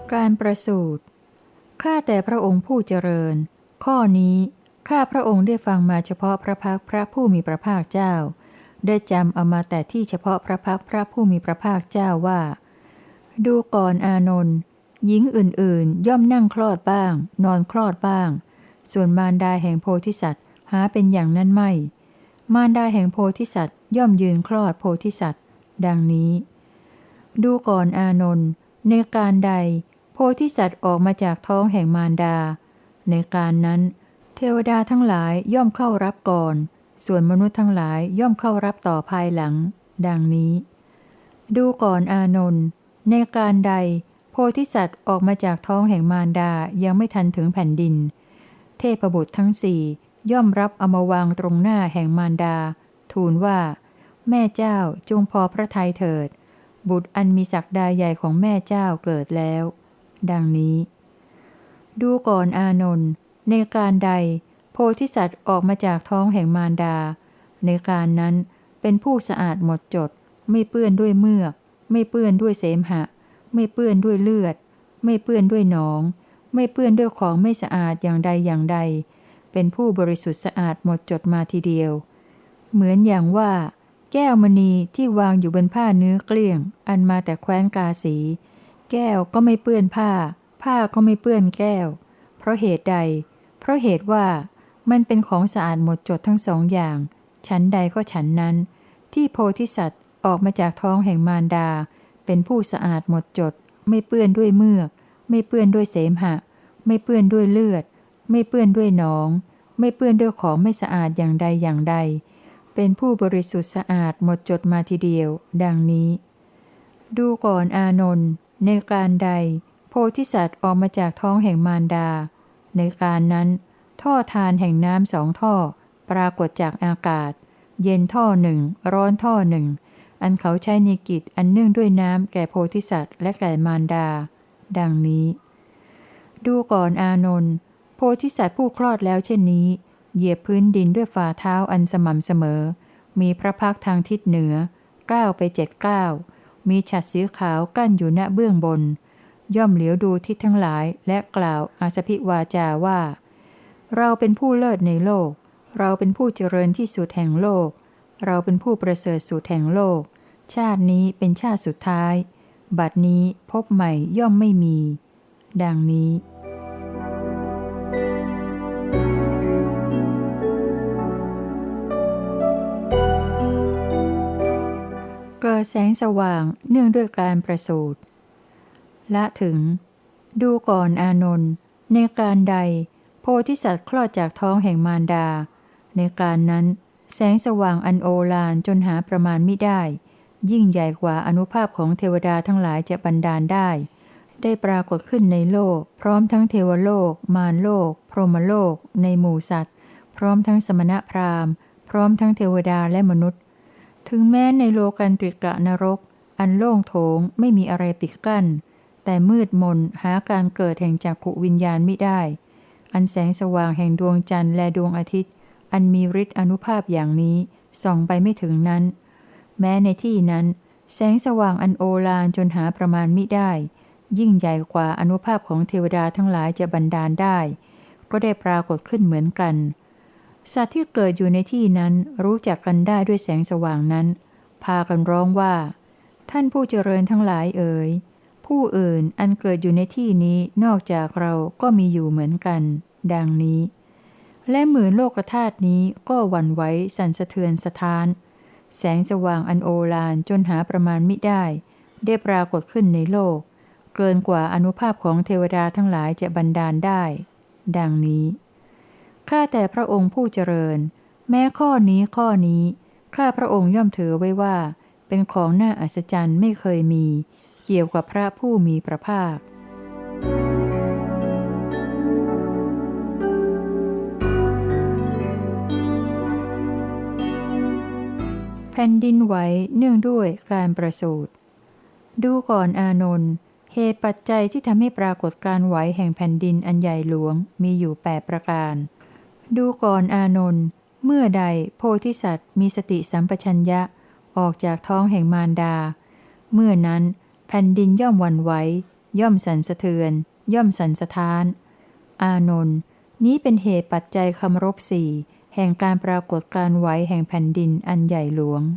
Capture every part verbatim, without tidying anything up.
การประสูติข้าแต่พระองค์ผู้เจริญข้อนี้ข้าพระองค์ได้ฟังมาเฉพาะพระพักพระผู้มีพระภาคเจ้าได้จำเอามาแต่ที่เฉพาะพระพักพระผู้มีพระภาคเจ้าว่าดูก่อนอานนท์หญิงอื่นๆย่อมนั่งคลอดบ้างนอนคลอดบ้างส่วนมารดาแห่งโพธิสัตว์หาเป็นอย่างนั้นไม่มารดาแห่งโพธิสัตว์ย่อมยืนคลอดโพธิสัตว์ดังนี้ดูก่อนอานนท์ในการใดโพธิสัตว์ออกมาจากท้องแห่งมารดาในการนั้นเทวดาทั้งหลายย่อมเข้ารับก่อนส่วนมนุษย์ทั้งหลายย่อมเข้ารับต่อภายหลังดังนี้ดูก่อนอานนท์ในการใดโพธิสัตว์ออกมาจากท้องแห่งมารดายังไม่ทันถึงแผ่นดินเทพบุตรทั้งสี่ย่อมรับเอามาวางตรงหน้าแห่งมารดาทูลว่าแม่เจ้าจงพอพระทัยเถิดบุตรอันมีศักดาใหญ่ของแม่เจ้าเกิดแล้วดังนี้ดูก่อนอานนท์ในการใดโพธิสัตว์ออกมาจากท้องแห่งมารดาในการนั้นเป็นผู้สะอาดหมดจดไม่เปื้อนด้วยเมือกไม่เปื้อนด้วยเสมหะไม่เปื้อนด้วยเลือดไม่เปื้อนด้วยหนองไม่เปื้อนด้วยของไม่สะอาดอย่างใดอย่างใดเป็นผู้บริสุทธิ์สะอาดหมดจดมาทีเดียวเหมือนอย่างว่าแก้วมณีที่วางอยู่บนผ้าเนื้อเกลี้ยงอันมาแต่แคว้นกาสีแก้วก็ไม่เปื้อนผ้าผ้าก็ไม่เปื้อนแก้วเพราะเหตุใดเพราะเหตุว่ามันเป็นของสะอาดหมดจดทั้งสองอย่างฉันใดก็ฉันนั้นที่โพธิสัตว์ออกมาจากท้องแห่งมารดาเป็นผู้สะอาดหมดจดไม่เปื้อนด้วยเมือกไม่เปื้อนด้วยเสมหะไม่เปื้อนด้วยเลือดไม่เปื้อนด้วยหนองไม่เปื้อนด้วยของไม่สะอาดอย่างใดอย่างใดเป็นผู้บริสุทธิ์สะอาดหมดจดมาทีเดียวดังนี้ดูก่อนอานนท์ในการใดโพธิสัตว์ออกมาจากท้องแห่งมารดาในการนั้นท่อทานแห่งน้ำสองท่อปรากฏจากอากาศเย็นท่อหนึ่งร้อนท่อหนึ่งอันเขาใช้ในกิจอันเนื่องด้วยน้ำแก่โพธิสัตว์และแก่มารดาดังนี้ดูก่อนอานนท์โพธิสัตว์ผู้คลอดแล้วเช่นนี้เหยียบพื้นดินด้วยฝ่าเท้าอันสม่ำเสมอมีพระพักทางทิศเหนือก้าวไปเจ็ดก้าวมีฉัตรสีขาวกั้นอยู่ณเบื้องบนย่อมเหลียวดูทิศทั้งหลายและกล่าวอาสพิวาจาว่าเราเป็นผู้เลิศในโลกเราเป็นผู้เจริญที่สุดแห่งโลกเราเป็นผู้ประเสริฐสุดแห่งโลกชาตินี้เป็นชาติสุดท้ายบัดนี้พบใหม่ย่อมไม่มีดังนี้เกิดแสงสว่างเนื่องด้วยการประสูติละถึงดูก่อนอานนท์ในการใดโพธิสัตว์คลอดจากท้องแห่งมารดาในการนั้นแสงสว่างอันโอฬารจนหาประมาณมิได้ยิ่งใหญ่กว่าอานุภาพของเทวดาทั้งหลายจะบันดาลได้ได้ปรากฏขึ้นในโลกพร้อมทั้งเทวโลกมารโลกพรหมโลกในหมู่สัตว์พร้อมทั้งสมณพราหมณ์พร้อมทั้งเทวดาและมนุษย์ถึงแม้ในโลกันตริกะนรกอันโล่งโถงไม่มีอะไรปิดกั้นแต่มืดมนหาการเกิดแห่งจักขุวิญญาณมิได้อันแสงสว่างแห่งดวงจันทร์และดวงอาทิตย์อันมีฤทธิ์อนุภาพอย่างนี้ส่องไปไม่ถึงนั้นแม้ในที่นั้นแสงสว่างอันโอฬารจนหาประมาณมิได้ยิ่งใหญ่กว่าอนุภาพของเทวดาทั้งหลายจะบันดาลได้ก็ได้ปรากฏขึ้นเหมือนกันสัตว์ที่เกิดอยู่ในที่นั้นรู้จักกันได้ด้วยแสงสว่างนั้นพากันร้องว่าท่านผู้เจริญทั้งหลายเอ๋ยผู้อื่นอันเกิดอยู่ในที่นี้นอกจากเราก็มีอยู่เหมือนกันดังนี้และหมื่นโลกธาตุนี้ก็หวั่นไหวสั่นสะเทือนสะท้านแสงสว่างอันโอฬารจนหาประมาณมิได้ได้ปรากฏขึ้นในโลกเกินกว่าอนุภาพของเทวดาทั้งหลายจะบันดาลได้ดังนี้ข้าแต่พระองค์ผู้เจริญแม้ข้อนี้ข้อนี้ข้าพระองค์ย่อมถือไว้ว่าเป็นของน่าอัศจรรย์ไม่เคยมีเกี่ยวกับพระผู้มีพระภาคแผ่นดินไหวเนื่องด้วยการประสูติดูก่อนอานนท์เหตุปัจจัยที่ทำให้ปรากฏการไหวแห่งแผ่นดินอันใหญ่หลวงมีอยู่แปดประการดูก่อนอานนท์เมื่อใดโพธิสัตว์มีสติสัมปชัญญะออกจากท้องแห่งมารดาเมื่อนั้นแผ่นดินย่อมหวั่นไหวย่อมสั่นสะเทือน ย่อมสั่นสะท้าน อานนท์นี้เป็นเหตุปัจจัยคำรบสี่แห่งการปรากฏการไหวแห่งแผ่นดินอันใหญ่หลวง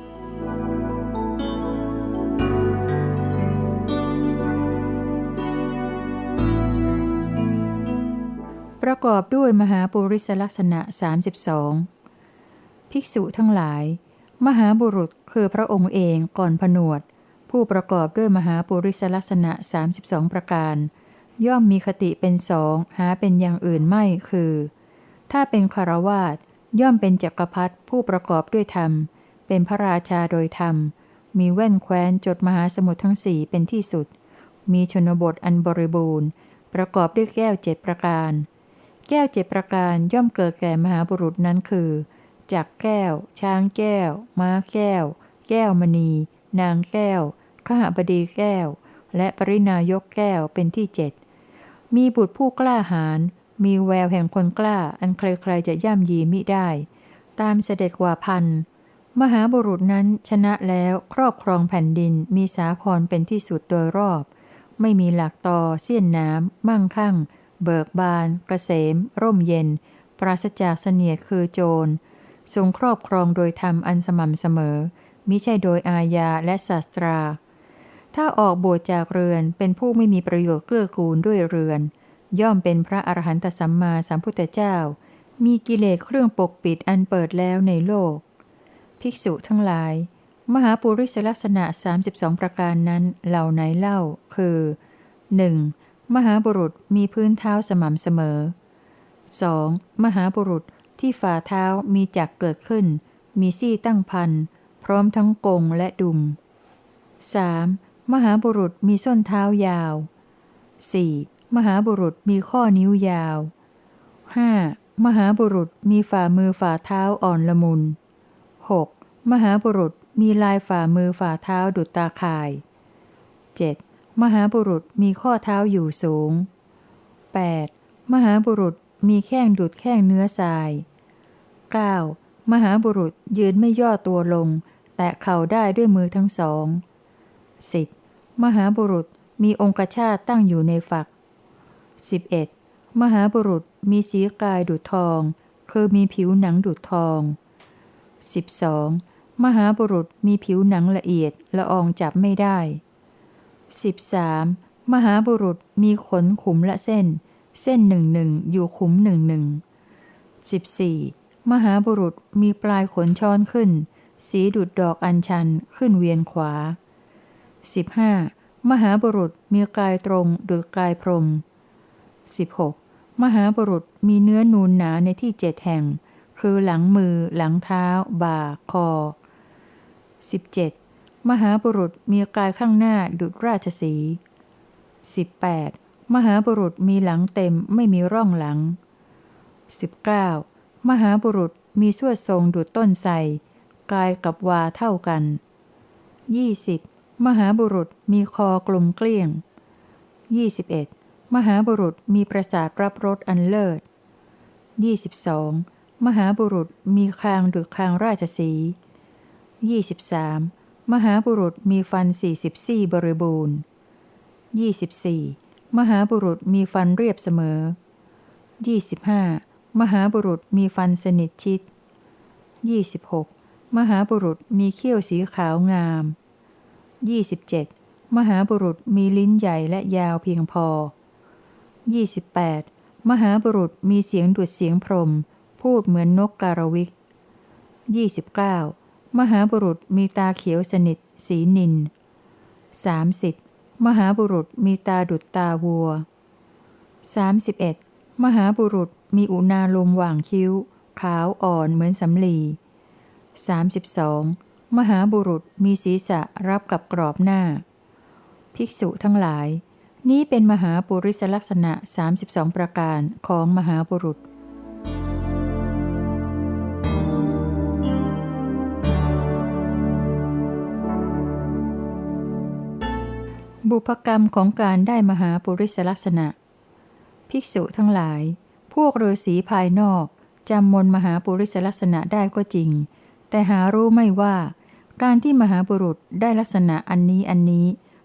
ประกอบด้วยมหาปุริสลักษณะสามสิบสองภิกษุทั้งหลายมหาบุรุษคือพระองค์เองก่อนผนวดผู้ประกอบด้วยมหาปุริสลักษณะสามสิบสองประการย่อมมีคติเป็นสองหาเป็นอย่างอื่นไม่คือถ้าเป็นคฤหัสถ์ย่อมเป็นจักรพรรดิผู้ประกอบด้วยธรรมเป็นพระราชาโดยธรรมมีแว่นแคว้นจดมหาสมุทรทั้งสี่เป็นที่สุดมีชนบทอันบริบูรณ์ประกอบด้วยแก้วเจ็ดประการแก้วเจ็ดประการย่อมเกิดแก่มหาบุรุษนั้นคือจักรแก้วช้างแก้วม้าแก้วแก้วมณีนางแก้วขหบดีแก้วและปรินายกแก้วเป็นที่เจ็ดมีบุตรผู้กล้าหาญมีแววแห่งคนกล้าอันใครๆจะย่ำยีมิได้ตามเสด็จกว่าพันมหาบุรุษนั้นชนะแล้วครอบครองแผ่นดินมีสาครเป็นที่สุดโดยรอบไม่มีหลักตอเสี้ยนน้ำมั่งคั่งเบิกบานเกษมร่มเย็นปราศจากเสนียดคือโจรทรงครอบครองโดยธรรมอันสม่ำเสมอมิใช่โดยอาญาและศาสตราถ้าออกบวชจากเรือนเป็นผู้ไม่มีประโยชน์เกื้อกูลด้วยเรือนย่อมเป็นพระอรหันตสัมมาสัมพุทธเจ้ามีกิเลสเครื่องปกปิดอันเปิดแล้วในโลกภิกษุทั้งหลายมหาปุริสลักษณะสามสิบสองประการนั้นเหล่าไหนเล่าคือ หนึ่ง. มหาบุรุษมีพื้นเท้าสม่ำเสมอ สอง. มหาบุรุษที่ฝ่าเท้ามีจักรเกิดขึ้นมีซี่ตั้งพันพร้อมทั้งกงและดุม สาม. มหาบุรุษมีส้นเท้ายาว สี่. มหาบุรุษมีข้อนิ้วยาว ห้า. มหาบุรุษมีฝ่ามือฝ่าเท้าอ่อนละมุน หก. มหาบุรุษมีลายฝ่ามือฝ่าเท้าดุจตาข่าย เจ็ด. มหาบุรุษมีข้อเท้าอยู่สูง แปด. มหาบุรุษมีแข้งดุจแข้งเนื้อทราย เก้า. มหาบุรุษยืนไม่ย่อตัวลงแตะเข่าได้ด้วยมือทั้งสอง สิบ. มหาบุรุษมีองคชาตตั้งอยู่ในฝัก สิบเอ็ด. มหาบุรุษมีสีกายดุจทองคือมีผิวหนังดุจทอง สิบสอง. มหาบุรุษมีผิวหนังละเอียดละอองจับไม่ได้ สิบสาม. มหาบุรุษมีขนขุมละเส้นเส้นหนึ่งหนึ่งอยู่ขุมหนึ่งหนึ่ง สิบสี่. มหาบุรุษมีปลายขนช้อนขึ้นสีดุจดอกอัญชันขึ้นเวียนขวา สิบห้า. มหาบุรุษมีกายตรงดุจกายพรหม สิบหก. มหาบุรุษมีเนื้อนูนหนาในที่เจ็ดแห่งคือหลังมือหลังเท้าบ่าคอ สิบเจ็ด. มหาบุรุษมีกายข้างหน้าดุจราชสีห์ สิบแปด. มหาบุรุษมีหลังเต็มไม่มีร่องหลัง สิบเก้า. มหาบุรุษมีสวดทรงดุจต้นไทรกายกับวาเท่ากัน ยี่สิบ. มหาบุรุษมีคอกลมเกลี้ยง ยี่สิบเอ็ด. มหาบุรุษมีประสาทรับรสอันเลิศ ยี่สิบสอง. มหาบุรุษมีคางดุจคางราชสีห์ ยี่สิบสาม. มหาบุรุษมีฟันสี่สิบซี่บริบูรณ์ ยี่สิบสี่. มหาบุรุษมีฟันเรียบเสมอ ยี่สิบห้า. มหาบุรุษมีฟันสนิทชิด ยี่สิบหก. มหาบุรุษมีเขี้ยวสีขาวงาม ยี่สิบเจ็ด. มหาบุรุษมีลิ้นใหญ่และยาวเพียงพอ ยี่สิบแปด. มหาบุรุษมีเสียงดุจเสียงพรหมพูดเหมือนนกการวิก ยี่สิบเก้า. มหาบุรุษมีตาเขียวสนิทสีนิล สามสิบ. มหาบุรุษมีตาดุจตาวัว สามสิบเอ็ด. มหาบุรุษมีอุณาโลมหว่างคิ้วขาวอ่อนเหมือนสำลี สามสิบสอง. มหาบุรุษมีศีรษะรับกับกรอบหน้าภิกษุทั้งหลายนี้เป็นมหาปุริสลักษณะสามสิบสองประการของมหาบุรุษบุพกรรมของการได้มหาปุริสลักษณะภิกษุทั้งหลายพวกฤาษีภายนอกจำมนมหาปุริสลักษณะได้ก็จริงแต่หารู้ไม่ว่าการที่มหาบุรุษได้ลักษณะอันนี้อันนี้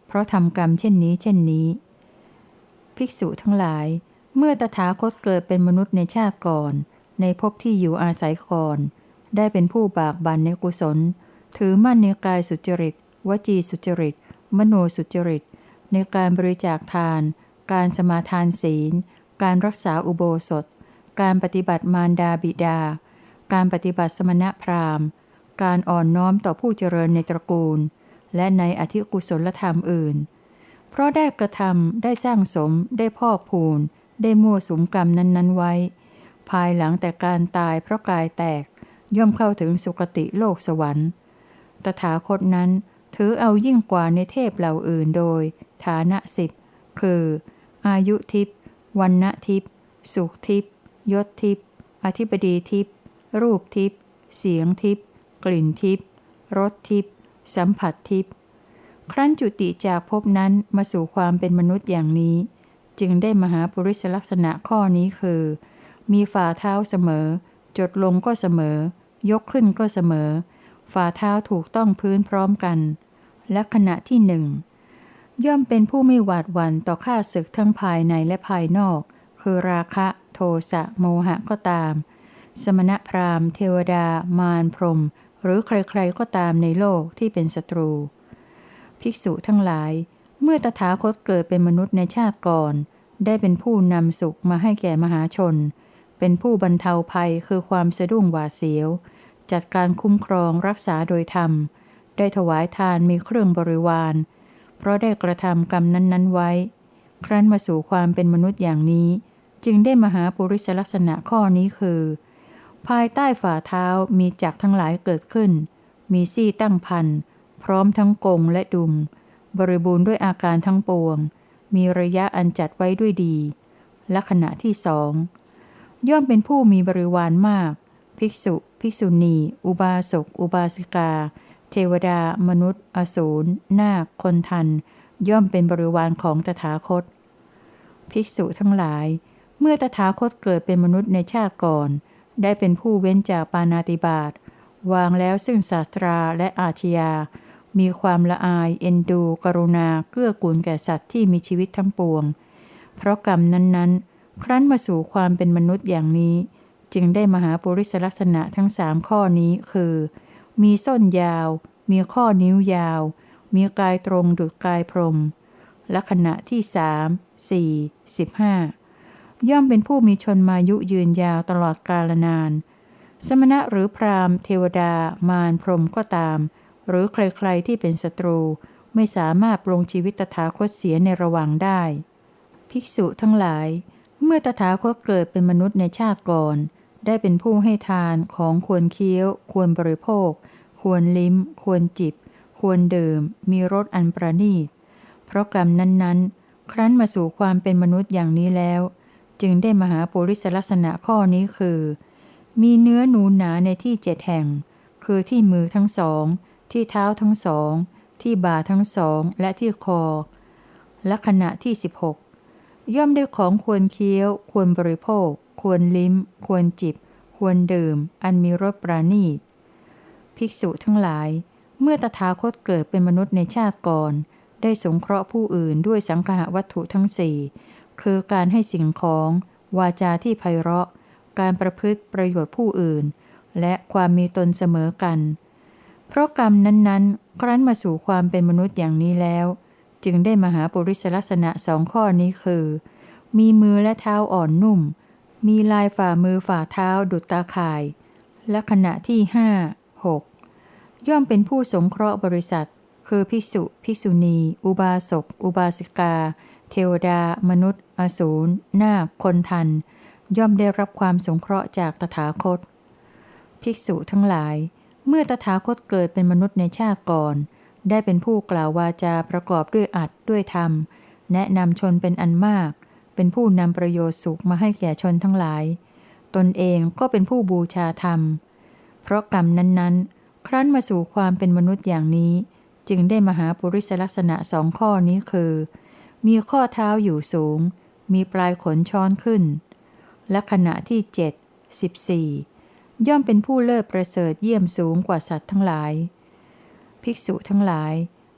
เพราะทำกรรมเช่นนี้เช่นนี้ ภิกษุทั้งหลายเมื่อตถาคตเกิดเป็นมนุษย์ในชาติก่อนในภพที่อยู่อาศัยก่อนได้เป็นผู้บากบั่นในกุศลถือมั่นในกายสุจริตวจีสุจริตมโนสุจริตในการบริจาคทานการสมาทานศีลการรักษาอุโบสถการปฏิบัติมารดาบิดาการปฏิบัติสมณพราหมณ์การอ่อนน้อมต่อผู้เจริญในตระกูลและในอธิกุศลธรรมอื่นเพราะได้กระทำได้สร้างสมได้พอกพูนได้มั่วสุมกรรมนั้นๆไว้ภายหลังแต่การตายเพราะกายแตกย่อมเข้าถึงสุคติโลกสวรรค์ตถาคตนั้นถือเอายิ่งกว่าในเทพเหล่าอื่นโดยฐานะสิบคืออายุทิพย์วรรณทิพย์สุขทิพย์ยศทิพย์อธิปดีทิพย์รูปทิพย์เสียงทิพย์กลิ่นทิพย์รสทิพย์สัมผัสทิพย์ครั้นจุติจากภพนั้นมาสู่ความเป็นมนุษย์อย่างนี้จึงได้มหาปุริสลักษณะข้อนี้คือมีฝ่าเท้าเสมอจดลงก็เสมอยกขึ้นก็เสมอฝ่าเท้าถูกต้องพื้นพร้อมกันและขณะที่หนึ่งย่อมเป็นผู้ไม่หวาดหวั่นต่อข้าศึกทั้งภายในและภายนอกคือราคะโทสะโมหะก็ตามสมณพราหมณ์เทวดามารพรหมหรือใครๆก็ตามในโลกที่เป็นศัตรูภิกษุทั้งหลายเมื่อตถาคตเกิดเป็นมนุษย์ในชาติก่อนได้เป็นผู้นำสุขมาให้แก่มหาชนเป็นผู้บรรเทาภัยคือความสะดุ้งหวาดเสียวจัดการคุ้มครองรักษาโดยธรรมได้ถวายทานมีเครื่องบริวารเพราะได้กระทำกรรมนั้นๆไว้ครั้นมาสู่ความเป็นมนุษย์อย่างนี้จึงได้มหาปุริสลักษณะข้อนี้คือภายใต้ฝ่าเท้ามีจักรทั้งหลายเกิดขึ้นมีซี่ตั้งพันพร้อมทั้งกงและดุมบริบูรณ์ด้วยอาการทั้งปวงมีระยะอันจัดไว้ด้วยดีและขณะที่สองย่อมเป็นผู้มีบริวารมากภิกษุภิกษุณีอุบาสกอุบาสิกาเทวดามนุษย์อสูรนาคคนทันย่อมเป็นบริวารของตถาคตภิกษุทั้งหลายเมื่อตถาคตเกิดเป็นมนุษย์ในชาติก่อนได้เป็นผู้เว้นจากปาณาติบาตวางแล้วซึ่งศาสตราและอาชญามีความละอายเอ็นดูกรุณาเกื้อกูลแก่สัตว์ที่มีชีวิตทั้งปวงเพราะกรรมนั้นๆครั้นมาสู่ความเป็นมนุษย์อย่างนี้จึงได้มหาปุริสลักษณะทั้งสามข้อนี้คือมีส้นยาวมีข้อนิ้วยาวมีกายตรงดุจกายพรหมและขณะที่สามสี่สิบห้าย่อมเป็นผู้มีชนมายุยืนยาวตลอดกาลนานสมณะหรือพราหมณ์เทวดามารพรหมก็ตามหรือใครๆที่เป็นศัตรูไม่สามารถปลงชีวิตตถาคตเสียในระหว่างได้ภิกษุทั้งหลายเมื่อตถาคตเกิดเป็นมนุษย์ในชาติก่อนได้เป็นผู้ให้ทานของควรเคี้ยวควรบริโภคควรลิ้มควรจิบควรดื่มมีรสอันประณีตเพราะกรรมนั้นๆครั้นมาสู่ความเป็นมนุษย์อย่างนี้แล้วจึงได้มหาปุริสลักษณะข้อนี้คือมีเนื้อหนูหนาในที่เจ็ดแห่งคือที่มือทั้งสองที่เท้าทั้งสองที่บ่าทั้งสองและที่คอและขณะที่สิบหกย่อมได้ของควรเคี้ยวควรบริโภคควรลิ้มควรจิบควรดื่มอันมีรสปราณีตภิกษุทั้งหลายเมื่อตถาคตเกิดเป็นมนุษย์ในชาติก่อนได้สงเคราะห์ผู้อื่นด้วยสังฆะวัตถุทั้งสี่คือการให้สิ่งของวาจาที่ไพเราะการประพฤติประโยชน์ผู้อื่นและความมีตนเสมอกันเพราะกรรมนั้นๆครั้นมาสู่ความเป็นมนุษย์อย่างนี้แล้วจึงได้มหาปุริสลักษณะสองข้อนี้คือมีมือและเท้าอ่อนนุ่มมีลายฝ่ามือฝ่าเท้าดุจตาข่ายและขณะที่ห้าหกย่อมเป็นผู้สงเคราะห์บริษัทคือภิกษุภิกษุณีอุบาสกอุบาสิกาเทวดามนุษย์อสูรนาคคนทันย่อมได้รับความสงเคราะห์จากตถาคตภิกษุทั้งหลายเมื่อตถาคตเกิดเป็นมนุษย์ในชาติก่อนได้เป็นผู้กล่าววาจาประกอบด้วยอัตด้วยธรรมแนะนำชนเป็นอันมากเป็นผู้นำประโยชน์สุขมาให้แก่ชนทั้งหลายตนเองก็เป็นผู้บูชาธรรมเพราะกรรมนั้นๆครั้นมาสู่ความเป็นมนุษย์อย่างนี้จึงได้มหาปุริสลักษณะสองข้อนี้คือมีข้อเท้าอยู่สูงมีปลายขนช้อนขึ้นและขณะที่เจ็ดสิบสี่ย่อมเป็นผู้เลิศประเสริฐเยี่ยมสูงกว่าสัตว์ทั้งหลายภิกษุทั้งหลาย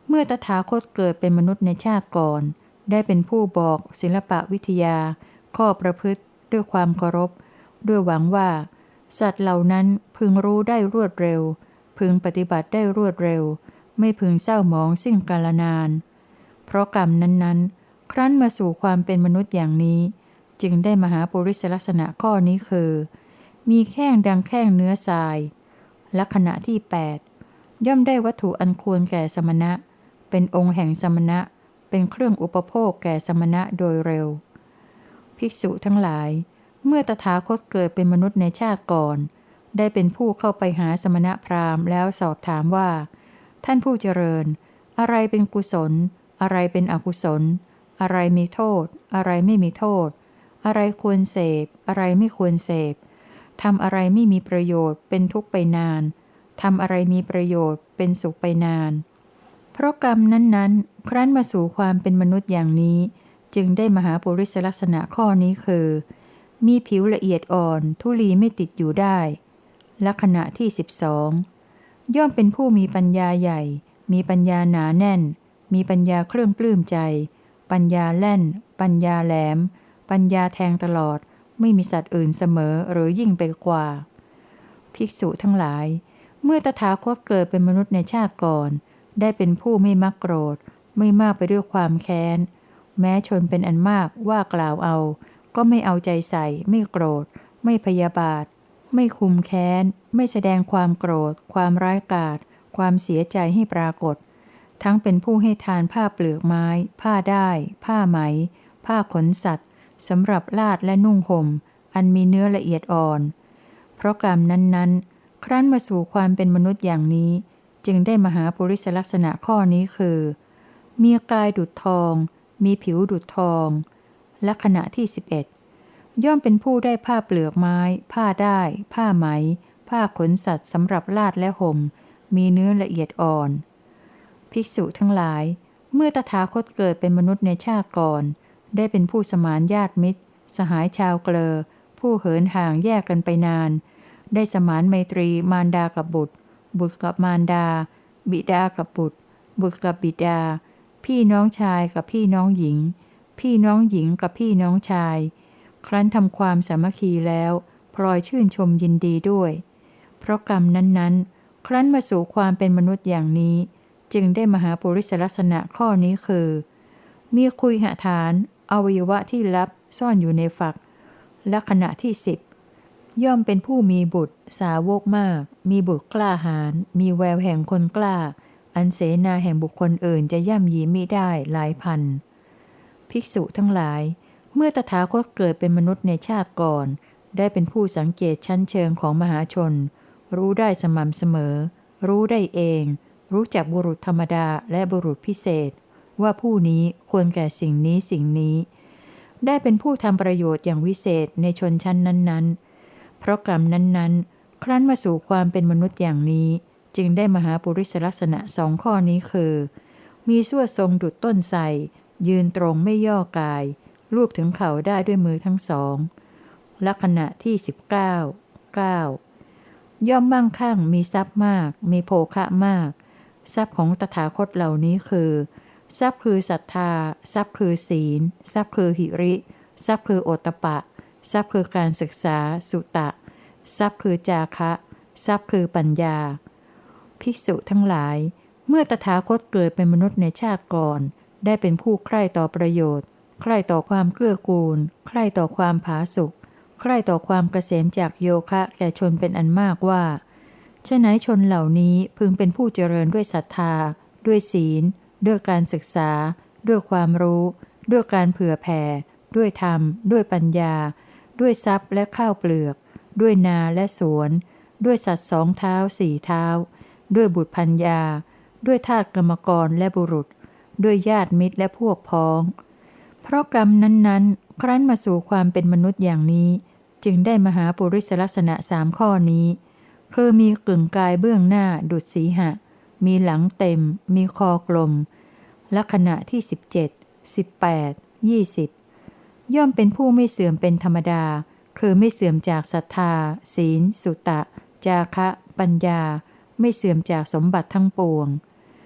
เมื่อตถาคตเกิดเป็นมนุษย์ในชาติก่อนได้เป็นผู้บอกศิลปะวิทยาข้อประพฤติด้วยความเคารพด้วยหวังว่าสัตว์เหล่านั้นพึงรู้ได้รวดเร็วพึงปฏิบัติได้รวดเร็วไม่พึงเศร้าหมองสิ้นกาลนานเพราะกรรมนั้นๆครั้นมาสู่ความเป็นมนุษย์อย่างนี้จึงได้มหาปุริสลักษณะข้อนี้คือมีแข้งดังแข้งเนื้อทรายลักษณะที่แปดย่อมได้วัตถุอันควรแก่สมณะเป็นองค์แห่งสมณะเป็นเครื่องอุปโภคแก่สมณะโดยเร็วภิกษุทั้งหลายเมื่อตถาคตเกิดเป็นมนุษย์ในชาติก่อนได้เป็นผู้เข้าไปหาสมณะพราหมณ์แล้วสอบถามว่าท่านผู้เจริญอะไรเป็นกุศลอะไรเป็นอกุศลอะไรมีโทษอะไรไม่มีโทษอะไรควรเสพอะไรไม่ควรเสพทำอะไรไม่มีประโยชน์เป็นทุกข์ไปนานทำอะไรมีประโยชน์เป็นสุขไปนานเพราะกรรมนั้นๆครั้นมาสู่ความเป็นมนุษย์อย่างนี้จึงได้มหาปุริสลักษณะข้อนี้คือมีผิวละเอียดอ่อนธุลีไม่ติดอยู่ได้ลักษณะที่สิบสองย่อมเป็นผู้มีปัญญาใหญ่มีปัญญาหนาแน่นมีปัญญาเครื่องปลื้มใจปัญญาแล่นปัญญาแหลมปัญญาแทงตลอดไม่มีสัตว์อื่นเสมอหรือยิ่งไปกว่าภิกษุทั้งหลายเมื่อตถาคตเกิดเป็นมนุษย์ในชาติก่อนได้เป็นผู้ไม่มักโกรธไม่มากไปด้วยความแค้นแม้ชนเป็นอันมากว่ากล่าวเอาก็ไม่เอาใจใส่ไม่โกรธไม่พยาบาทไม่คุมแค้นไม่แสดงความโกรธความร้ายกาจความเสียใจให้ปรากฏทั้งเป็นผู้ให้ทานผ้าเปลือกไม้ผ้าได้ผ้าไหมผ้าขนสัตว์สำหรับลาดและนุ่งห่มอันมีเนื้อละเอียดอ่อนเพราะกรรมนั้นๆครั้นมาสู่ความเป็นมนุษย์อย่างนี้จึงได้มหาปุริสลักษณะข้อนี้คือมีกายดุจทองมีผิวดุจทองลักษณะที่สิบเอ็ดย่อมเป็นผู้ได้ผ้าเปลือกไม้ผ้าได้ผ้าไหมผ้าขนสัตว์สำหรับลาดและห่มมีเนื้อละเอียดอ่อนภิกษุทั้งหลายเมื่อตถาคตเกิดเป็นมนุษย์ในชาติก่อนได้เป็นผู้สมานญาติมิตรสหายชาวเกลอผู้เหินห่างแยกกันไปนานได้สมานไมตรีมารดากับบุตรบุตรกับมารดาบิดากับบุตรบุตรกับบิดาพี่น้องชายกับพี่น้องหญิงพี่น้องหญิงกับพี่น้องชายครั้นทำความสามัคคีแล้วพลอยชื่นชมยินดีด้วยเพราะกรรมนั้นๆครั้นมาสู่ความเป็นมนุษย์อย่างนี้จึงได้มหาปุริสลักษณะข้อนี้คือมีคุยหฐานอวัยวะที่ลับซ่อนอยู่ในฝักลักษณะที่สิบย่อมเป็นผู้มีบุตรสาวกมากมีบุตรกล้าหาญมีแววแห่งคนกล้าอันเสนาแห่งบุคคลอื่นจะย่ำยีมิได้หลายพันภิกษุทั้งหลายเมื่อตถาคตเกิดเป็นมนุษย์ในชาติก่อนได้เป็นผู้สังเกตชั้นเชิงของมหาชนรู้ได้สม่ำเสมอรู้ได้เองรู้จักบุรุษธรรมดาและบุรุษพิเศษว่าผู้นี้ควรแก่สิ่งนี้สิ่งนี้ได้เป็นผู้ทำประโยชน์อย่างวิเศษในชนชั้นนั้นๆเพราะกรรมนั้นๆครั้นมาสู่ความเป็นมนุษย์อย่างนี้จึงได้มหาปุริสลักษณะสองข้อนี้คือมีสวดทรงดุจต้นไทรยืนตรงไม่ย่อกายลูบถึงเข่าได้ด้วยมือทั้งสองลักษณะที่สิบเก้า เก้าย่อมมั่งคั่งมีทรัพย์มากมีโภคะมากทรัพย์ของตถาคตเหล่านี้คือทรัพย์คือศรัทธาทรัพย์คือศีลทรัพย์คือหิริทรัพย์คือโอตตัปปะทรัพย์คือการศึกษาสุตะทรัพย์คือจาคะทรัพย์คือปัญญาภิกษุทั้งหลายเมื่อตถาคตเกิดเป็นมนุษย์ในชาติก่อนได้เป็นผู้ใคร่ต่อประโยชน์ใคร่ต่อความเกื้อกูลใคร่ต่อความผาสุกใคร่ต่อความเกษมจากโยคะแก่ชนเป็นอันมากว่าฉะนั้นชนเหล่านี้พึงเป็นผู้เจริญด้วยศรัทธาด้วยศีลด้วยการศึกษาด้วยความรู้ด้วยการเผื่อแผ่ด้วยธรรมด้วยปัญญาด้วยทรัพย์และข้าวเปลือกด้วยนาและสวนด้วยสัตว์สองเท้าสี่เท้าด้วยบุตรพัญญาด้วยทาสกรรมกรและบุรุษด้วยญาติมิตรและพวกพ้องเพราะกรรมนั้นๆครั้นมาสู่ความเป็นมนุษย์อย่างนี้จึงได้มหาปุริสลักษณะสามข้อนี้คือมีกึ่งกายเบื้องหน้าดุจสีหะมีหลังเต็มมีคอกลมลักษณะที่สิบเจ็ด สิบแปด ยี่สิบย่อมเป็นผู้ไม่เสื่อมเป็นธรรมดาคือไม่เสื่อมจากศรัทธาศีลสุตะจาคะปัญญาไม่เสื่อมจากสมบัติทั้งปวง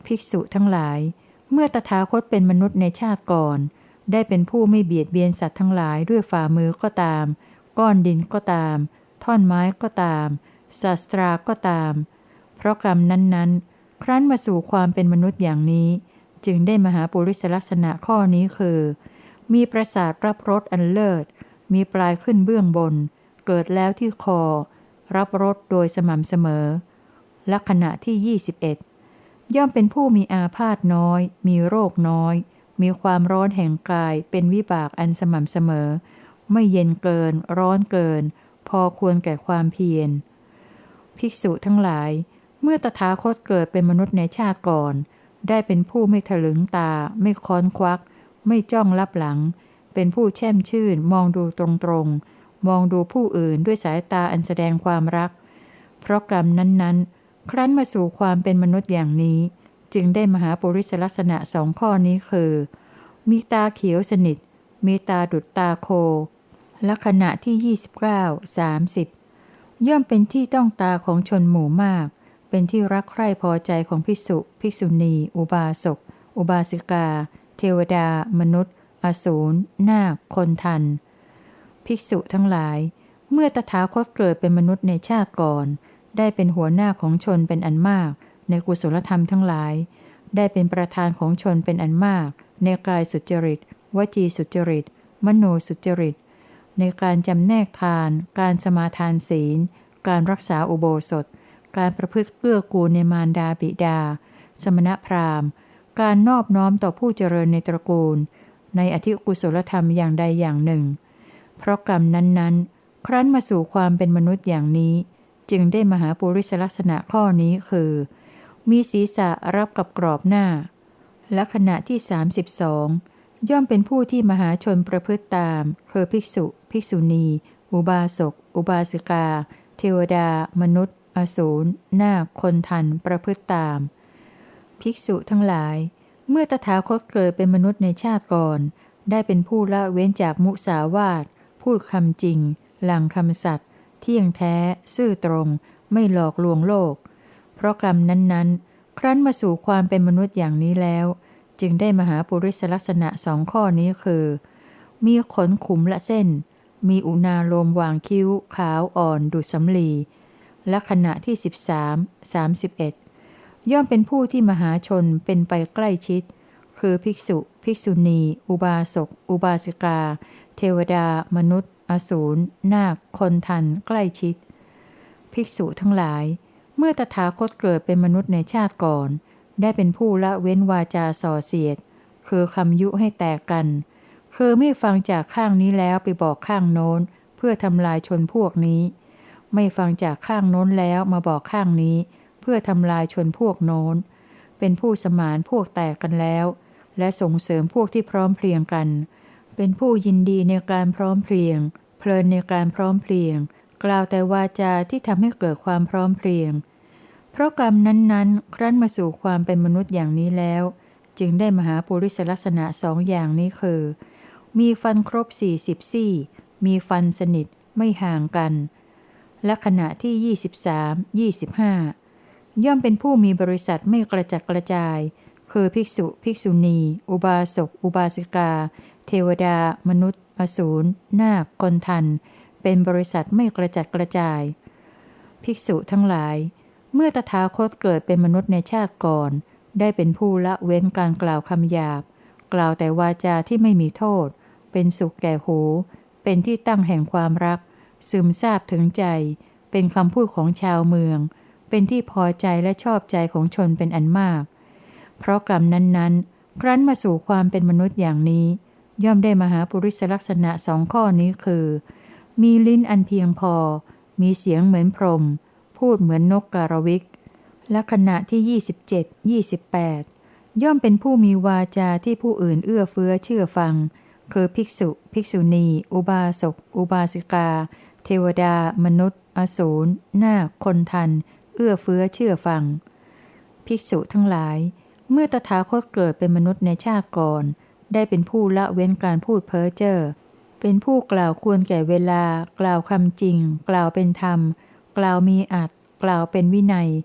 ภิกษุทั้งหลายเมื่อตถาคตเป็นมนุษย์ในชาติก่อนได้เป็นผู้ไม่เบียดเบียนสัตว์ทั้งหลายด้วยฝ่ามือก็ตามก้อนดินก็ตามท่อนไม้ก็ตามศาสตราก็ตามเพราะกรรมนั้นๆครั้นมาสู่ความเป็นมนุษย์อย่างนี้จึงได้มหาปุริสลักษณะข้อนี้คือมีประสาทรับรสอันเลิศมีปลายขึ้นเบื้องบนเกิดแล้วที่คอรับรสโดยสม่ำเสมอลักษณะที่ยี่สิบเอ็ดย่อมเป็นผู้มีอาพาธน้อยมีโรคน้อยมีความร้อนแห่งกายเป็นวิบากอันสม่ำเสมอไม่เย็นเกินร้อนเกินพอควรแก่ความเพียรภิกษุทั้งหลายเมื่อตถาคตเกิดเป็นมนุษย์ในชาติก่อนได้เป็นผู้ไม่ถลึงตาไม่ค้อนควักไม่จ้องลับหลังเป็นผู้แช่มชื่นมองดูตรงๆมองดูผู้อื่นด้วยสายตาอันแสดงความรักเพราะกรรมนั้นๆครั้นมาสู่ความเป็นมนุษย์อย่างนี้จึงได้มหาปุริสลักษณะสองข้อนี้คือมีตาเขียวสนิทมีตาดุจตาโคลักษณะที่ยี่สิบเก้า สามสิบย่อมเป็นที่ต้องตาของชนหมู่มากเป็นที่รักใคร่พอใจของภิกษุภิกษุณีอุบาสกอุบาสิกาเทวดามนุษย์อสูรนาคคนทันภิกษุทั้งหลายเมื่อตถาคตเกิดเป็นมนุษย์ในชาติก่อนได้เป็นหัวหน้าของชนเป็นอันมากในกุศลธรรมทั้งหลายได้เป็นประธานของชนเป็นอันมากในกายสุจริตวจีสุจริตมโนสุจริตในการจำแนกทานการสมาทานศีลการรักษาอุโบสถการประพฤติเกื้อกูลในมารดาบิดาสมณพราหมณ์การนอบน้อมต่อผู้เจริญในตระกูลในอธิกุศลธรรมอย่างใดอย่างหนึ่งเพราะกรรมนั้นๆครั้นมาสู่ความเป็นมนุษย์อย่างนี้จึงได้มหาปุริสลักษณะข้อนี้คือมีศีรษะรับกับกรอบหน้าลักษณะที่สามสิบสองย่อมเป็นผู้ที่มหาชนประพฤติตามคือภิกษุภิกษุณีอุบาสกอุบาสิกาเทวดามนุษย์อสูรนาคคนทันประพฤติตามภิกษุทั้งหลายเมื่อตถาคตเกิดเป็นมนุษย์ในชาติก่อนได้เป็นผู้ละเว้นจากมุสาวาทพูดคำจริงหลั่งคำสัตย์เที่ยงแท้ซื่อตรงไม่หลอกลวงโลกเพราะกรรมนั้นๆครั้นมาสู่ความเป็นมนุษย์อย่างนี้แล้วจึงได้มหาปุริสลักษณะสองข้อนี้คือมีขนขุมละเส้นมีอุณาโลมวางคิ้วขาวอ่อนดุจสำลีลักษณะที่สิบสาม สามสิบเอ็ดย่อมเป็นผู้ที่มหาชนเป็นไปใกล้ชิดคือภิกษุภิกษุณีอุบาสกอุบาสิกาเทวดามนุษย์อสูรนาคคนทันใกล้ชิดภิกษุทั้งหลายเมื่อตถาคตเกิดเป็นมนุษย์ในชาติก่อนได้เป็นผู้ละเว้นวาจาส่อเสียดคือคำยุให้แตกกันคือไม่ฟังจากข้างนี้แล้วไปบอกข้างโน้นเพื่อทำลายชนพวกนี้ไม่ฟังจากข้างโน้นแล้วมาบอกข้างนี้เพื่อทำลายชนพวกโน้นเป็นผู้สมานพวกแตกกันแล้วและส่งเสริมพวกที่พร้อมเพรียงกันเป็นผู้ยินดีในการพร้อมเพรียงเพลินในการพร้อมเพรียงกล่าวแต่วาจาที่ทำให้เกิดความพร้อมเพรียงเพราะกรรมนั้นๆครั้นมาสู่ความเป็นมนุษย์อย่างนี้แล้วจึงได้มหาปุริสลักษณะสองอย่างนี้คือมีฟันครบสี่สิบซี่มีฟันสนิทไม่ห่างกันลักษณะที่ยี่สิบสาม ยี่สิบห้าย่อมเป็นผู้มีบริษัทไม่กระจัดกระจายคือภิกษุภิกษุณีอุบาสกอุบาสิกาเทวดามนุษย์อสูรนาคคนทันเป็นบริษัทไม่กระจัดกระจายภิกษุทั้งหลายเมื่อตถาคตเกิดเป็นมนุษย์ในชาติก่อนได้เป็นผู้ละเว้นการกล่าวคำหยาบกล่าวแต่วาจาที่ไม่มีโทษเป็นสุขแก่หูเป็นที่ตั้งแห่งความรักซึมซาบถึงใจเป็นคำพูดของชาวเมืองเป็นที่พอใจและชอบใจของชนเป็นอันมากเพราะกรรมนั้นๆครั้นมาสู่ความเป็นมนุษย์อย่างนี้ย่อมได้มหาปุริสลักษณะสองข้อนี้คือมีลิ้นอันเพียงพอมีเสียงเหมือนพรหมพูดเหมือนนกการวิกลักษณะที่ยี่สิบเจ็ด ยี่สิบแปดย่อมเป็นผู้มีวาจาที่ผู้อื่นเอื้อเฟื้อเชื่อฟังคือภิกษุภิกษุณีอุบาสกอุบาสิกาเทวดามนุษย์อสูรนาคคนทันเอื้อเฟื้อเชื่อฟังภิกษุทั้งหลายเมื่อตถาคตเกิดเป็นมนุษย์ในชาติก่อนได้เป็นผู้ละเว้นการพูดเพ้อเจ้อเป็นผู้กล่าวควรแก่เวลากล่าวคำจริงกล่าวเป็นธรรมกล่าวมีอัตถ์กล่าวเป็นวินัย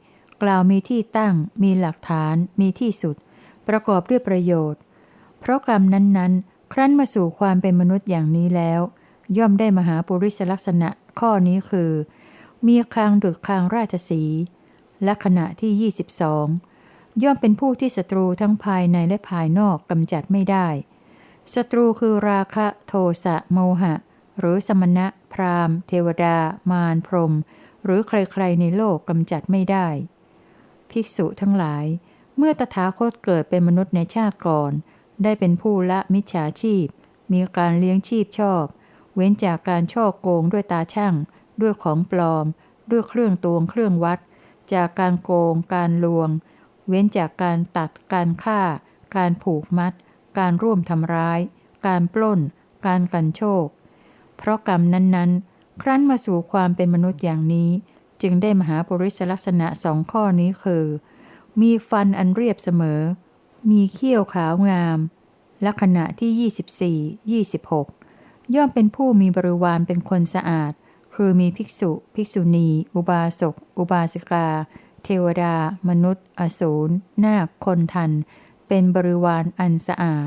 กล่าวมีที่ตั้งมีหลักฐานมีที่สุดประกอบด้วยประโยชน์เพราะกรรมนั้นๆครั้นมาสู่ความเป็นมนุษย์อย่างนี้แล้วย่อมได้มหาปุริสลักษณะข้อนี้คือมีคางดุจคางราชสีห์ลักษณะที่ยี่สิบสองย่อมเป็นผู้ที่ศัตรูทั้งภายในและภายนอกกำจัดไม่ได้ศัตรูคือราคะโทสะโมหะหรือสมณะพราหมณ์เทวดามารพรหมหรือใครๆในโลกกำจัดไม่ได้ภิกษุทั้งหลายเมื่อตถาคตเกิดเป็นมนุษย์ในชาติก่อนได้เป็นผู้ละมิจฉาชีพมีการเลี้ยงชีพชอบเว้นจากการช่อโกงด้วยตาช่างด้วยของปลอมด้วยเครื่องตวงเครื่องวัดจากการโกงการลวงเว้นจากการตัดการฆ่าการผูกมัดการร่วมทำร้ายการปล้นการกันโชคเพราะกรรมนั้นๆครั้นมาสู่ความเป็นมนุษย์อย่างนี้จึงได้มหาปุริสลักษณะสองข้อนี้คือมีฟันอันเรียบเสมอมีเขี้ยวขาวงามลักษณะที่ยี่สิบสี่ ยี่สิบหกย่อมเป็นผู้มีบริวารเป็นคนสะอาดคือมีภิกษุภิกษุณี อุบาสกอุบาสิกาเทวดามนุษย์อสูรนาคคนทันเป็นบริวารอันสะอาด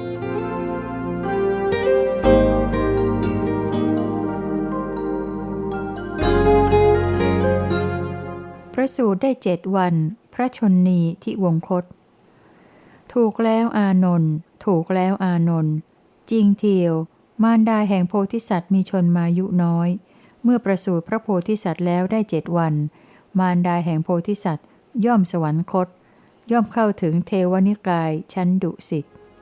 ประสูติได้เจ็ดวันพระชนนีที่วงคตถูกแล้วอานนท์ถูกแล้วอานนท์จริงเทียวมารดาแห่งโพธิสัตว์มีชนมายุน้อยเมื่อประสูติพระโพธิสัตว์แล้วได้เจ็ดวันมารดาแห่งโพธิสัตว์ย่อมสวรรคตย่อมเข้าถึงเทวนิกายชั้นดุสิต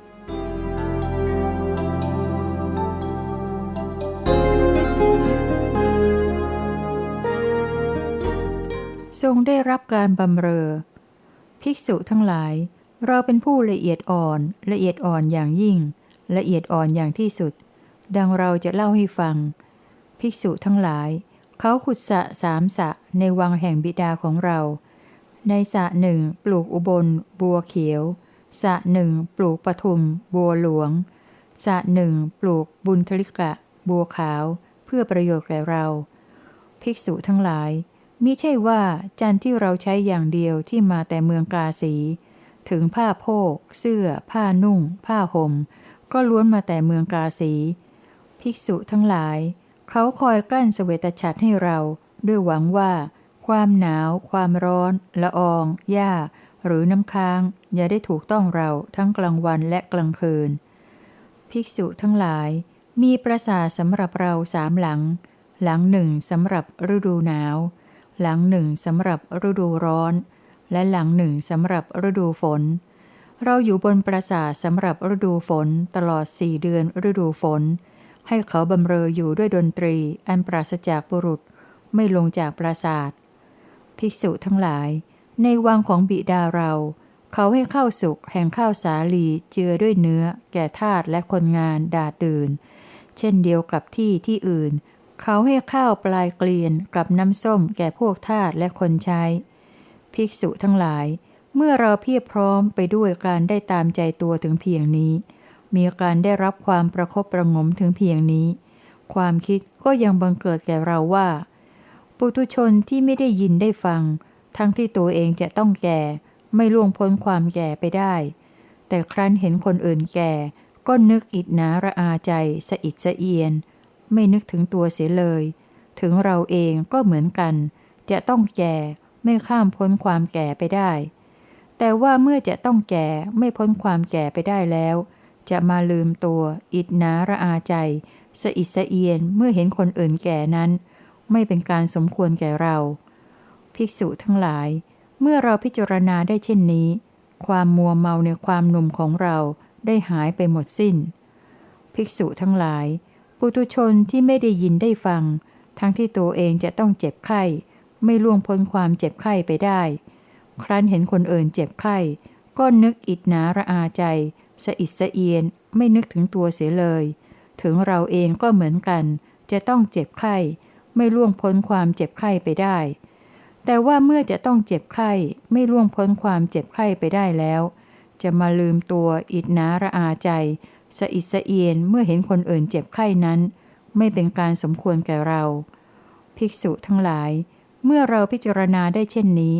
ทรงได้รับการบำเรอภิกษุทั้งหลายเราเป็นผู้ละเอียดอ่อนละเอียดอ่อนอย่างยิ่งละเอียดอ่อนอย่างที่สุดดังเราจะเล่าให้ฟังภิกษุทั้งหลายเขาขุดสระสามสระในวังแห่งบิดาของเราในสระหนึ่งปลูกอุบลบัวเขียวสระหนึ่งปลูกปทุมบัวหลวงสระหนึ่งปลูกบุญทลิกะบัวขาวเพื่อประโยชน์แก่เราภิกษุทั้งหลายมิใช่ว่าจันที่เราใช้อย่างเดียวที่มาแต่เมืองกาสีถึงผ้าโพกเสื้อผ้านุ่งผ้าห่มก็ล้วนมาแต่เมืองกาสีภิกษุทั้งหลายเขาคอยกั้นเสวตฉัตรให้เราด้วยหวังว่าความหนาวความร้อนละอองหญ้าหรือน้ำค้างอย่าได้ถูกต้องเราทั้งกลางวันและกลางคืนภิกษุทั้งหลายมีปราสาทสำหรับเราสามหลังหลังหนึ่งสำหรับฤดูหนาวหลังหนึ่งสำหรับฤดูร้อนและหลังหนึ่งสำหรับฤดูฝนเราอยู่บนปราสาทสำหรับฤดูฝนตลอดสี่เดือนฤดูฝนให้เขาบำเรออยู่ด้วยดนตรีอันปราศจากบุรุษไม่ลงจากปราสาทภิกษุทั้งหลายในวังของบิดาเราเขาให้ข้าวสุกแห่งข้าวสาลีเจือด้วยเนื้อแก่ทาสและคนงานดาดดื่นเช่นเดียวกับที่ที่อื่นเขาให้ข้าวปลายเกลียนกับน้ำส้มแก่พวกทาสและคนใช้ภิกษุทั้งหลายเมื่อเราเพียบพร้อมไปด้วยการได้ตามใจตัวถึงเพียงนี้มีการได้รับความประคบประงมถึงเพียงนี้ความคิดก็ยังบังเกิดแก่เราว่าปุถุชนที่ไม่ได้ยินได้ฟังทั้งที่ตัวเองจะต้องแก่ไม่ล่วงพ้นความแก่ไปได้แต่ครั้นเห็นคนอื่นแก่ก็นึกอิจฉาระอาใจสะอิดสะเอียนไม่นึกถึงตัวเสียเลยถึงเราเองก็เหมือนกันจะต้องแก่ไม่ข้ามพ้นความแก่ไปได้แต่ว่าเมื่อจะต้องแก่ไม่พ้นความแก่ไปได้แล้วจะมาลืมตัวอิจฉาระอาใจสะอิดสะเอียนเมื่อเห็นคนอื่นแก่นั้นไม่เป็นการสมควรแก่เราภิกษุทั้งหลายเมื่อเราพิจารณาได้เช่นนี้ความมัวเมาในความหนุ่มของเราได้หายไปหมดสิ้นภิกษุทั้งหลายปุถุชนที่ไม่ได้ยินได้ฟังทั้งที่ตัวเองจะต้องเจ็บไข้ไม่ล่วงพ้นความเจ็บไข้ไปได้ครั้นเห็นคนอื่นเจ็บไข้ก็นึกอิจฉาระอาใจสะอิดสะเอียนไม่นึกถึงตัวเสียเลยถึงเราเองก็เหมือนกันจะต้องเจ็บไข้ไม่ล่วงพ้นความเจ็บไข้ไปได้แต่ว่าเมื่อจะต้องเจ็บไข้ไม่ล่วงพ้นความเจ็บไข้ไปได้แล้วจะมาลืมตัวอิจฉาระอาใจสะอิดสะเอียนเมื่อเห็นคนอื่นเจ็บไข้นั้นไม่เป็นการสมควรแก่เราภิกษุทั้งหลายเมื่อเราพิจารณาได้เช่นนี้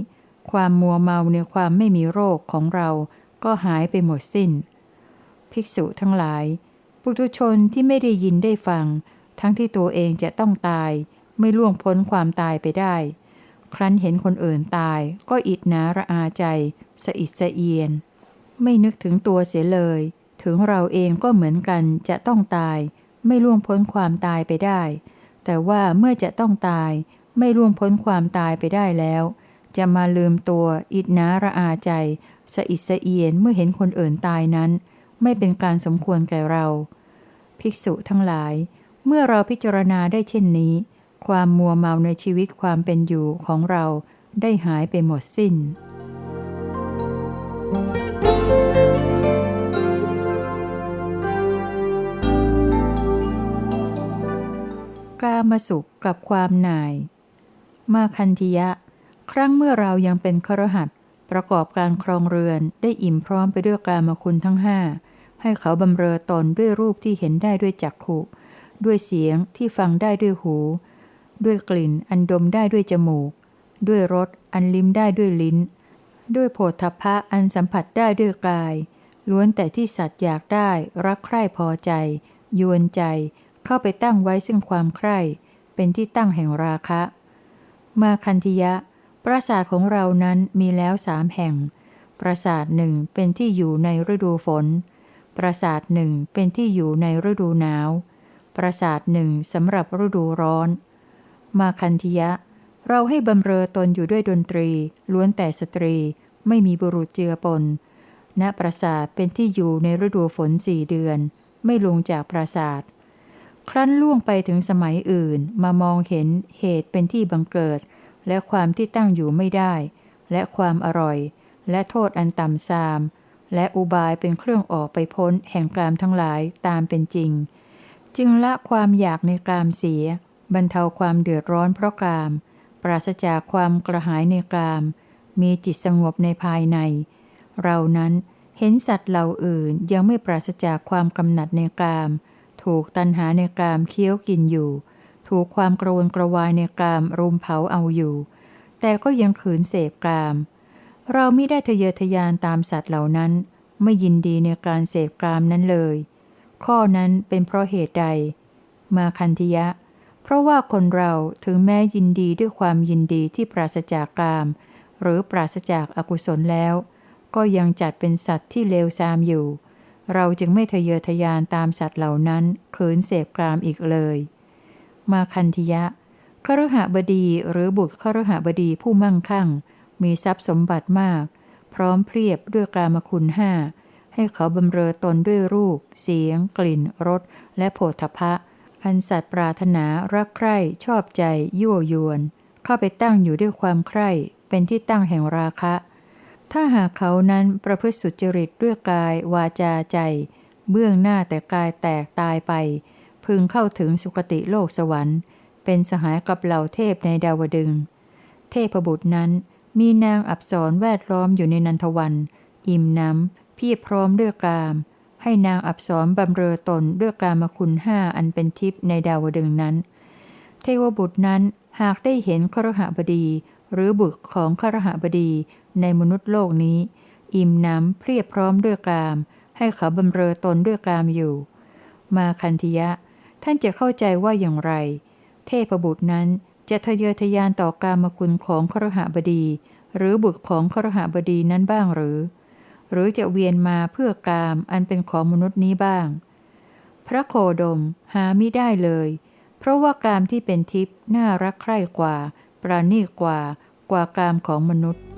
ความมัวเมาในความไม่มีโรคของเราก็หายไปหมดสิ้นภิกษุทั้งหลายปุถุชนที่ไม่ได้ยินได้ฟังทั้งที่ตัวเองจะต้องตายไม่ล่วงพ้นความตายไปได้ครั้นเห็นคนอื่นตายก็อิจนาระอาใจสะอิดสะเอียนไม่นึกถึงตัวเสียเลยถึงเราเองก็เหมือนกันจะต้องตายไม่ล่วงพ้นความตายไปได้แต่ว่าเมื่อจะต้องตายไม่ล่วงพ้นความตายไปได้แล้วจะมาลืมตัวอิจนาระอาใจสะอิดสะเอียนเมื่อเห็นคนอื่นตายนั้นไม่เป็นการสมควรแก่เราภิกษุทั้งหลายเมื่อเราพิจารณาได้เช่นนี้ความมัวเมาในชีวิตความเป็นอยู่ของเราได้หายไปหมดสิ้นกามสุขกับความหน่ายมาคันธิยะครั้งเมื่อเรายังเป็นคฤหัสถ์ประกอบการครองเรือนได้อิ่มพร้อมไปด้วยกามคุณทั้งห้าให้เขาบำเรอตนด้วยรูปที่เห็นได้ด้วยจักขุด้วยเสียงที่ฟังได้ด้วยหูด้วยกลิ่นอันดมได้ด้วยจมูกด้วยรสอันลิ้มได้ด้วยลิ้นด้วยโผฏฐัพพะอันสัมผัสได้ด้วยกายล้วนแต่ที่สัตว์อยากได้รักใคร่พอใจยวนใจเข้าไปตั้งไว้ซึ่งความใคร่เป็นที่ตั้งแห่งราคะมาคันธิยะปราสาทของเรานั้นมีแล้วสามแห่งปราสาทหนึ่งเป็นที่อยู่ในฤดูฝนปราสาทหนึ่งเป็นที่อยู่ในฤดูหนาวปราสาทหนึ่งสำหรับฤดูร้อนมาคันธิยะเราให้บำเรอตนอยู่ด้วยดนตรีล้วนแต่สตรีไม่มีบุรุษเจือปนณปราสาทเป็นที่อยู่ในฤดูฝนสี่เดือนไม่ลงจากปราสาทครั้นล่วงไปถึงสมัยอื่นมามองเห็นเหตุเป็นที่บังเกิดและความที่ตั้งอยู่ไม่ได้และความอร่อยและโทษอันต่ำทรามและอุบายเป็นเครื่องออกไปพ้นแห่งกามทั้งหลายตามเป็นจริงจึงละความอยากในกามเสียบรรเทาความเดือดร้อนเพราะกามปราศจากความกระหายในกามมีจิตสงบในภายในเรานั้นเห็นสัตว์เหล่าอื่นยังไม่ปราศจากความกำหนัดในกามถูกตัณหาในกามเคี้ยวกินอยู่ถูกความกระวนกระวายในกามรุมเผาเอาอยู่แต่ก็ยังขืนเสพกามเรามิได้ทะเยอทะยานตามสัตว์เหล่านั้นไม่ยินดีในการเสพกามนั้นเลยข้อนั้นเป็นเพราะเหตุใดมาคันธิยะเพราะว่าคนเราถึงแม้ยินดีด้วยความยินดีที่ปราศจากกามหรือปราศจากอกุศลแล้วก็ยังจัดเป็นสัตว์ที่เลวทรามอยู่เราจึงไม่ทะเยอทะยานตามสัตว์เหล่านั้นขืนเสพกามอีกเลยมาคันธิยะคฤหบดีหรือบุตรคฤหบดีผู้มั่งคั่งมีทรัพย์สมบัติมากพร้อมเพรียบด้วยกามคุณห้าให้เขาบำเรอตนด้วยรูปเสียงกลิ่นรสและโผฏฐัพพะอันสัตว์ปรารถนารักใคร่ชอบใจยั่วยวนเข้าไปตั้งอยู่ด้วยความใคร่เป็นที่ตั้งแห่งราคะถ้าหากเขานั้นประพฤติสุจริตด้วยกายวาจาใจเบื้องหน้าแต่กายแตกตายไปพึงเข้าถึงสุคติโลกสวรรค์เป็นสหายกับเหล่าเทพในดาวดึงส์เทพบุตรนั้นมีนางอัปสรแวดล้อมอยู่ในนันทวันอิ่มน้ำเพียบพร้อมด้วยกามให้นางอัปสรบำเรอตนด้วยกามคุณห้าอันเป็นทิพย์ในดาวดึงส์นั้นเทวบุตรนั้นหากได้เห็นคฤหบดีหรือบุตรของคฤหบดีในมนุษย์โลกนี้อิ่มน้ำเพียบพร้อมด้วยกามให้เขาบำเรอตนด้วยกามอยู่มาคันธิยะท่านจะเข้าใจว่าอย่างไรเทพบุตรนั้นจะทะเยอทะยานต่อกามคุณของคฤหบดีหรือบุตรของคฤหบดีนั้นบ้างหรือหรือจะเวียนมาเพื่อกามอันเป็นของมนุษย์นี้บ้างพระโคดมหามิได้เลยเพราะว่ากามที่เป็นทิพย์น่ารักใคร่กว่าปราณีตกว่ากว่ากามของมนุษย์